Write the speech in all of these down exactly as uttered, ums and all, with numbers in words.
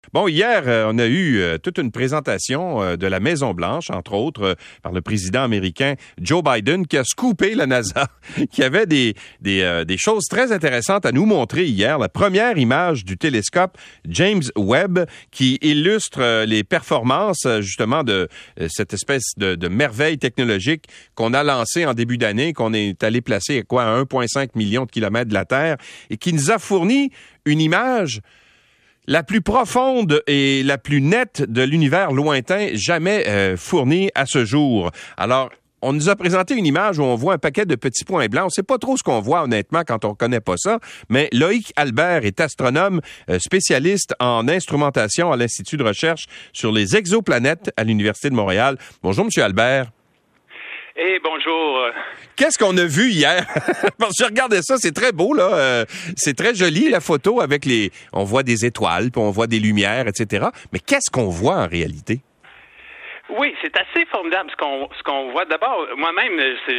Bon, hier, euh, on a eu euh, toute une présentation euh, de la Maison-Blanche, entre autres, euh, par le président américain Joe Biden, qui a scoopé la NASA, qui avait des, des, euh, des choses très intéressantes à nous montrer hier. La première image du télescope James Webb, qui illustre euh, les performances, euh, justement, de euh, cette espèce de, de merveille technologique qu'on a lancée en début d'année, qu'on est allé placer à quoi, à un virgule cinq million de kilomètres de la Terre, et qui nous a fourni une image la plus profonde et la plus nette de l'univers lointain jamais euh, fournie à ce jour. Alors, on nous a présenté une image où on voit un paquet de petits points blancs. On ne sait pas trop ce qu'on voit, honnêtement, quand on ne connaît pas ça. Mais Loïc Albert est astronome, euh, spécialiste en instrumentation à l'Institut de recherche sur les exoplanètes à l'Université de Montréal. Bonjour, M. Albert. Eh, hey, bonjour. Qu'est-ce qu'on a vu hier? Parce que je regardais ça, c'est très beau, là. Euh, c'est très joli, la photo, avec les... On voit des étoiles, puis on voit des lumières, et cetera. Mais qu'est-ce qu'on voit en réalité? Oui, c'est assez formidable ce qu'on ce qu'on voit. D'abord, moi-même,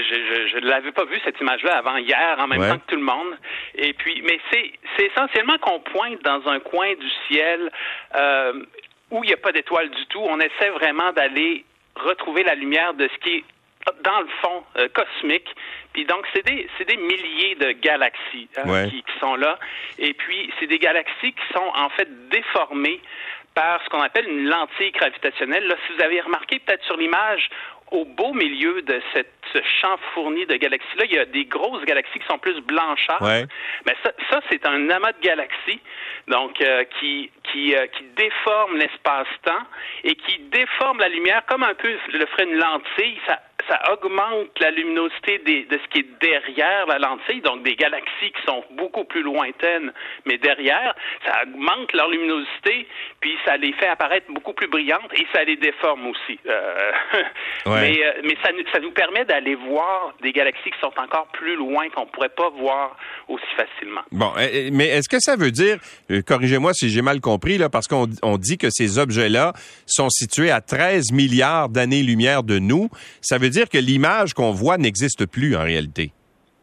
je ne l'avais pas vu, cette image-là, avant hier, en même ouais. temps que tout le monde. Et puis, mais c'est, c'est essentiellement qu'on pointe dans un coin du ciel euh, où il n'y a pas d'étoiles du tout. On essaie vraiment d'aller retrouver la lumière de ce qui est dans le fond euh, cosmique. Puis donc, c'est des c'est des milliers de galaxies hein, ouais. qui, qui sont là. Et puis, c'est des galaxies qui sont en fait déformées par ce qu'on appelle une lentille gravitationnelle. Là, si vous avez remarqué peut-être sur l'image, au beau milieu de cette, ce champ fourni de galaxies-là, il y a des grosses galaxies qui sont plus blanchâtres. Ouais. Mais ça, ça, c'est un amas de galaxies donc euh, qui qui euh, qui déforme l'espace-temps et qui déforme la lumière comme un peu le ferait une lentille. Ça ça augmente la luminosité des, de ce qui est derrière la lentille, donc des galaxies qui sont beaucoup plus lointaines, mais derrière, ça augmente leur luminosité, puis ça les fait apparaître beaucoup plus brillantes et ça les déforme aussi. Euh, ouais. Mais, euh, mais ça, ça nous permet d'aller voir des galaxies qui sont encore plus loin, qu'on ne pourrait pas voir aussi facilement. Bon, mais est-ce que ça veut dire, corrigez-moi si j'ai mal compris, là, parce qu'on on dit que ces objets-là sont situés à treize milliards d'années-lumière de nous, ça veut dire que l'image qu'on voit n'existe plus en réalité?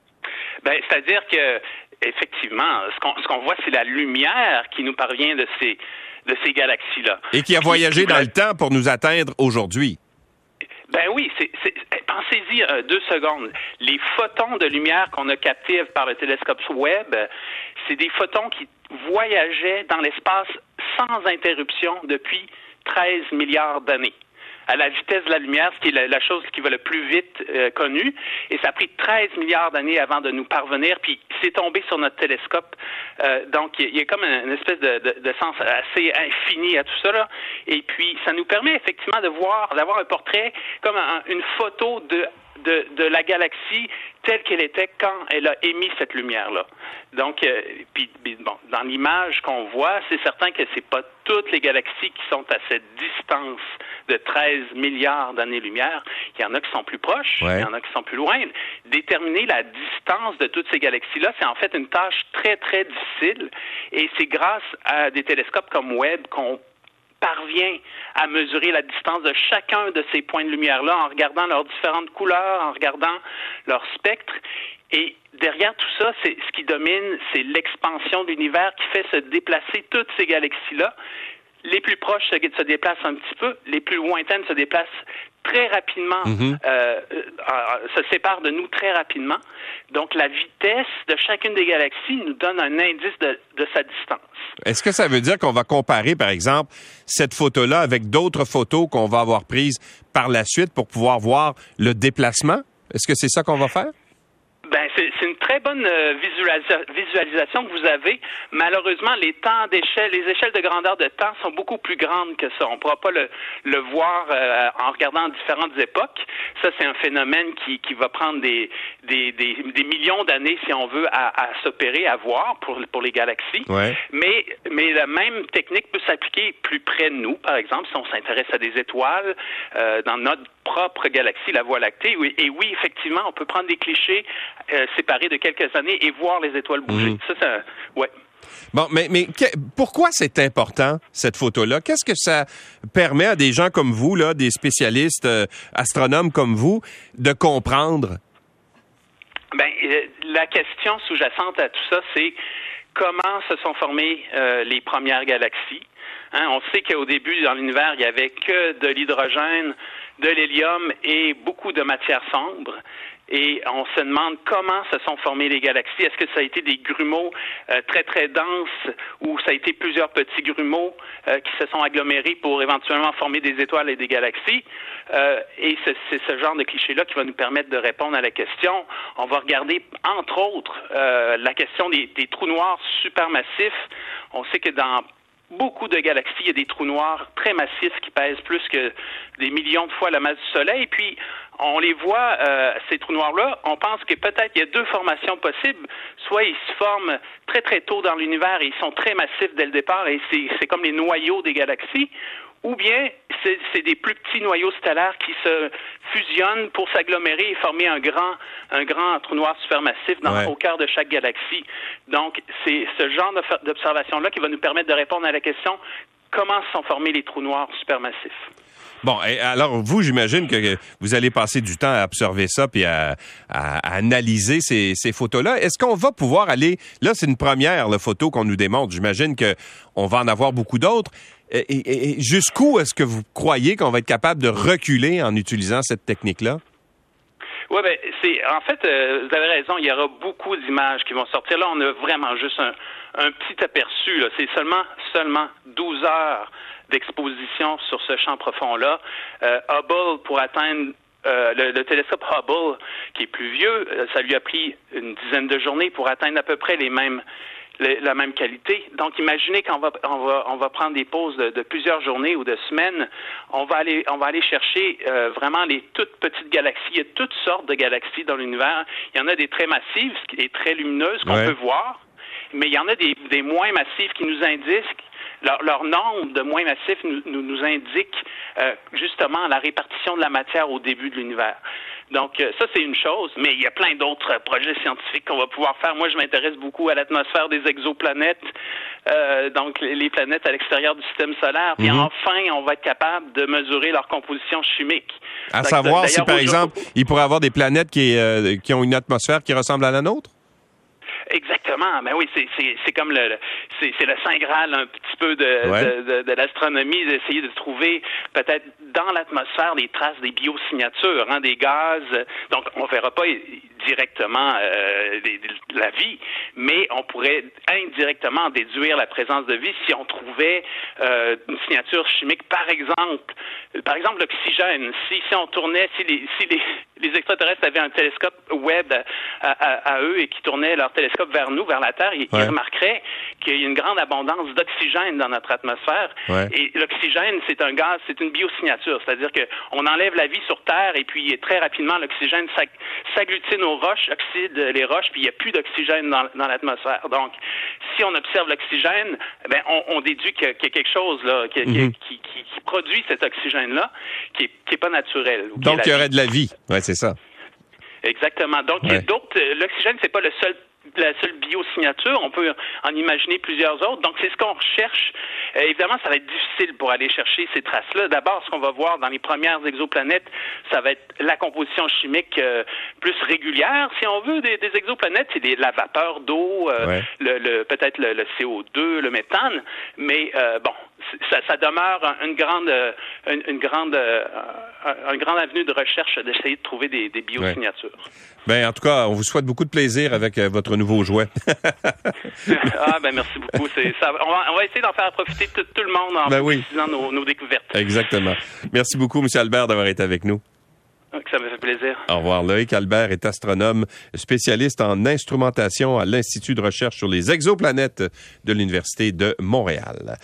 Ben, c'est-à-dire que, effectivement, ce qu'on, ce qu'on voit, c'est la lumière qui nous parvient de ces, de ces galaxies-là. Et qui a voyagé dans le temps pour nous atteindre aujourd'hui. Ben oui, c'est, c'est, pensez-y euh, deux secondes. Les photons de lumière qu'on a captés par le télescope Webb, c'est des photons qui voyageaient dans l'espace sans interruption depuis treize milliards d'années, à la vitesse de la lumière, ce qui est la, la chose qui va le plus vite euh, connue. Et ça a pris treize milliards d'années avant de nous parvenir, puis c'est tombé sur notre télescope. Euh, donc, il y, y a comme une, une espèce de, de, de sens assez infini à tout ça, là. Et puis, ça nous permet effectivement de voir, d'avoir un portrait, comme un, une photo de, de, de la galaxie telle qu'elle était quand elle a émis cette lumière-là. Donc, euh, puis, bon, dans l'image qu'on voit, c'est certain que c'est pas toutes les galaxies qui sont à cette distance de treize milliards d'années-lumière. Il y en a qui sont plus proches, ouais. il y en a qui sont plus loin. Déterminer la distance de toutes ces galaxies-là, c'est en fait une tâche très, très difficile. Et c'est grâce à des télescopes comme Webb qu'on parvient à mesurer la distance de chacun de ces points de lumière-là en regardant leurs différentes couleurs, en regardant leur spectre. Et derrière tout ça, c'est ce qui domine, c'est l'expansion de l'univers qui fait se déplacer toutes ces galaxies-là. Les plus proches se déplacent un petit peu, les plus lointaines se déplacent très rapidement, mm-hmm. euh, euh, se séparent de nous très rapidement. Donc, la vitesse de chacune des galaxies nous donne un indice de, de sa distance. Est-ce que ça veut dire qu'on va comparer, par exemple, cette photo-là avec d'autres photos qu'on va avoir prises par la suite pour pouvoir voir le déplacement? Est-ce que c'est ça qu'on va faire? Ben, c'est, c'est une très bonne euh, visualisa- visualisation que vous avez. Malheureusement, les temps d'échelle, les échelles de grandeur de temps sont beaucoup plus grandes que ça. On ne pourra pas le, le voir euh, en regardant différentes époques. Ça, c'est un phénomène qui, qui va prendre des, des, des, des millions d'années, si on veut, à, à s'opérer, à voir pour, pour les galaxies. Ouais. Mais, mais la même technique peut s'appliquer plus près de nous, par exemple, si on s'intéresse à des étoiles euh, dans notre propre galaxie, la Voie lactée. Et oui, effectivement, on peut prendre des clichés euh, séparés de quelques années et voir les étoiles bouger. Mmh. Ça, ça, ouais. Bon, mais, mais que, pourquoi c'est important, cette photo-là? Qu'est-ce que ça permet à des gens comme vous, là, des spécialistes euh, astronomes comme vous, de comprendre? Ben, euh, la question sous-jacente à tout ça, c'est comment se sont formées euh, les premières galaxies. Hein, on sait qu'au début, dans l'univers, il n'y avait que de l'hydrogène, de l'hélium et beaucoup de matière sombre. Et on se demande comment se sont formées les galaxies. Est-ce que ça a été des grumeaux euh, très, très denses ou ça a été plusieurs petits grumeaux euh, qui se sont agglomérés pour éventuellement former des étoiles et des galaxies? Euh, et c'est, c'est ce genre de cliché-là qui va nous permettre de répondre à la question. On va regarder, entre autres, euh, la question des, des trous noirs supermassifs. On sait que dans beaucoup de galaxies, il y a des trous noirs très massifs qui pèsent plus que des millions de fois la masse du Soleil. Puis, on les voit, euh, ces trous noirs-là, on pense que peut-être il y a deux formations possibles. Soit ils se forment très, très tôt dans l'univers et ils sont très massifs dès le départ et c'est, c'est comme les noyaux des galaxies. Ou bien, c'est, c'est des plus petits noyaux stellaires qui se fusionnent pour s'agglomérer et former un grand, un grand trou noir supermassif dans, ouais. au cœur de chaque galaxie. Donc, c'est ce genre d'observation-là qui va nous permettre de répondre à la question comment se sont formés les trous noirs supermassifs. Bon, et alors vous, j'imagine que vous allez passer du temps à observer ça puis à, à, à analyser ces, ces photos-là. Est-ce qu'on va pouvoir aller... Là, c'est une première la photo qu'on nous démontre. J'imagine qu'on va en avoir beaucoup d'autres. Et, et, et jusqu'où est-ce que vous croyez qu'on va être capable de reculer en utilisant cette technique-là? Oui, ben c'est en fait, euh, vous avez raison, il y aura beaucoup d'images qui vont sortir. Là, on a vraiment juste un, un petit aperçu. Là. C'est seulement seulement douze heures d'exposition sur ce champ profond-là. Euh, Hubble, pour atteindre euh, le, le télescope Hubble, qui est plus vieux, euh, ça lui a pris une dizaine de journées pour atteindre à peu près les mêmes les, la même qualité. Donc, imaginez qu'on va on va on va prendre des pauses de, de plusieurs journées ou de semaines. On va aller on va aller chercher euh, vraiment les toutes petites galaxies. Il y a toutes sortes de galaxies dans l'univers. Il y en a des très massives et très lumineuses qu'on ouais. peut voir, mais il y en a des, des moins massives qui nous indiquent Leur, leur nombre de moins massifs nous, nous, nous indique euh, justement la répartition de la matière au début de l'univers. Donc, euh, ça, c'est une chose, mais il y a plein d'autres projets scientifiques qu'on va pouvoir faire. Moi, je m'intéresse beaucoup à l'atmosphère des exoplanètes, euh, donc les planètes à l'extérieur du système solaire. Puis mm-hmm. enfin, on va être capable de mesurer leur composition chimique. À donc, savoir si, par exemple, il pourrait y avoir des planètes qui, euh, qui ont une atmosphère qui ressemble à la nôtre? Exactement. Ben oui, c'est c'est c'est comme le c'est c'est le saint graal un petit peu de ouais. de, de, de l'astronomie, d'essayer de trouver peut-être dans l'atmosphère des traces des biosignatures, hein, des gaz. Donc on verra pas directement euh, des, de la vie, mais on pourrait indirectement déduire la présence de vie si on trouvait euh, une signature chimique, par exemple, par exemple l'oxygène. Si si on tournait, si les si les les extraterrestres avaient un télescope Webb à, à, à eux et qui tournaient leur télescope vers nous, vers la Terre, ils, ouais. ils remarqueraient qu'il y a une grande abondance d'oxygène dans notre atmosphère. Ouais. Et l'oxygène, c'est un gaz, c'est une biosignature, c'est-à-dire qu'on enlève la vie sur Terre et puis très rapidement, l'oxygène s'agglutine aux roches, oxyde les roches, puis il n'y a plus d'oxygène dans, dans l'atmosphère. Donc, si on observe l'oxygène, ben, on, on déduit qu'il y a quelque chose là, qui, mm-hmm. qui, qui, qui produit cet oxygène-là, qui n'est qui est pas naturel. Donc, il y aurait de la vie. Oui, c'est ça. Exactement. Donc, ouais. d'autres, l'oxygène, c'est pas le seul la seule biosignature, on peut en imaginer plusieurs autres. Donc, c'est ce qu'on recherche. Euh, évidemment, ça va être difficile pour aller chercher ces traces-là. D'abord, ce qu'on va voir dans les premières exoplanètes, ça va être la composition chimique euh, plus régulière, si on veut, des, des exoplanètes. C'est des, la vapeur d'eau, euh, ouais. le, le, peut-être le, le C O deux, le méthane. Mais, euh, bon, ça, ça demeure une grande, une, une grande, euh, un, un grand avenue de recherche d'essayer de trouver des, des biosignatures. Ouais. Ben, en tout cas, on vous souhaite beaucoup de plaisir avec euh, votre nouveau jouet. ah, ben merci beaucoup. C'est, ça, on, va, on va essayer d'en faire profiter tout, tout le monde en ben utilisant oui. nos, nos découvertes. Exactement. Merci beaucoup, M. Albert, d'avoir été avec nous. Ça me fait plaisir. Au revoir. Loïc Albert est astronome spécialiste en instrumentation à l'Institut de recherche sur les exoplanètes de l'Université de Montréal.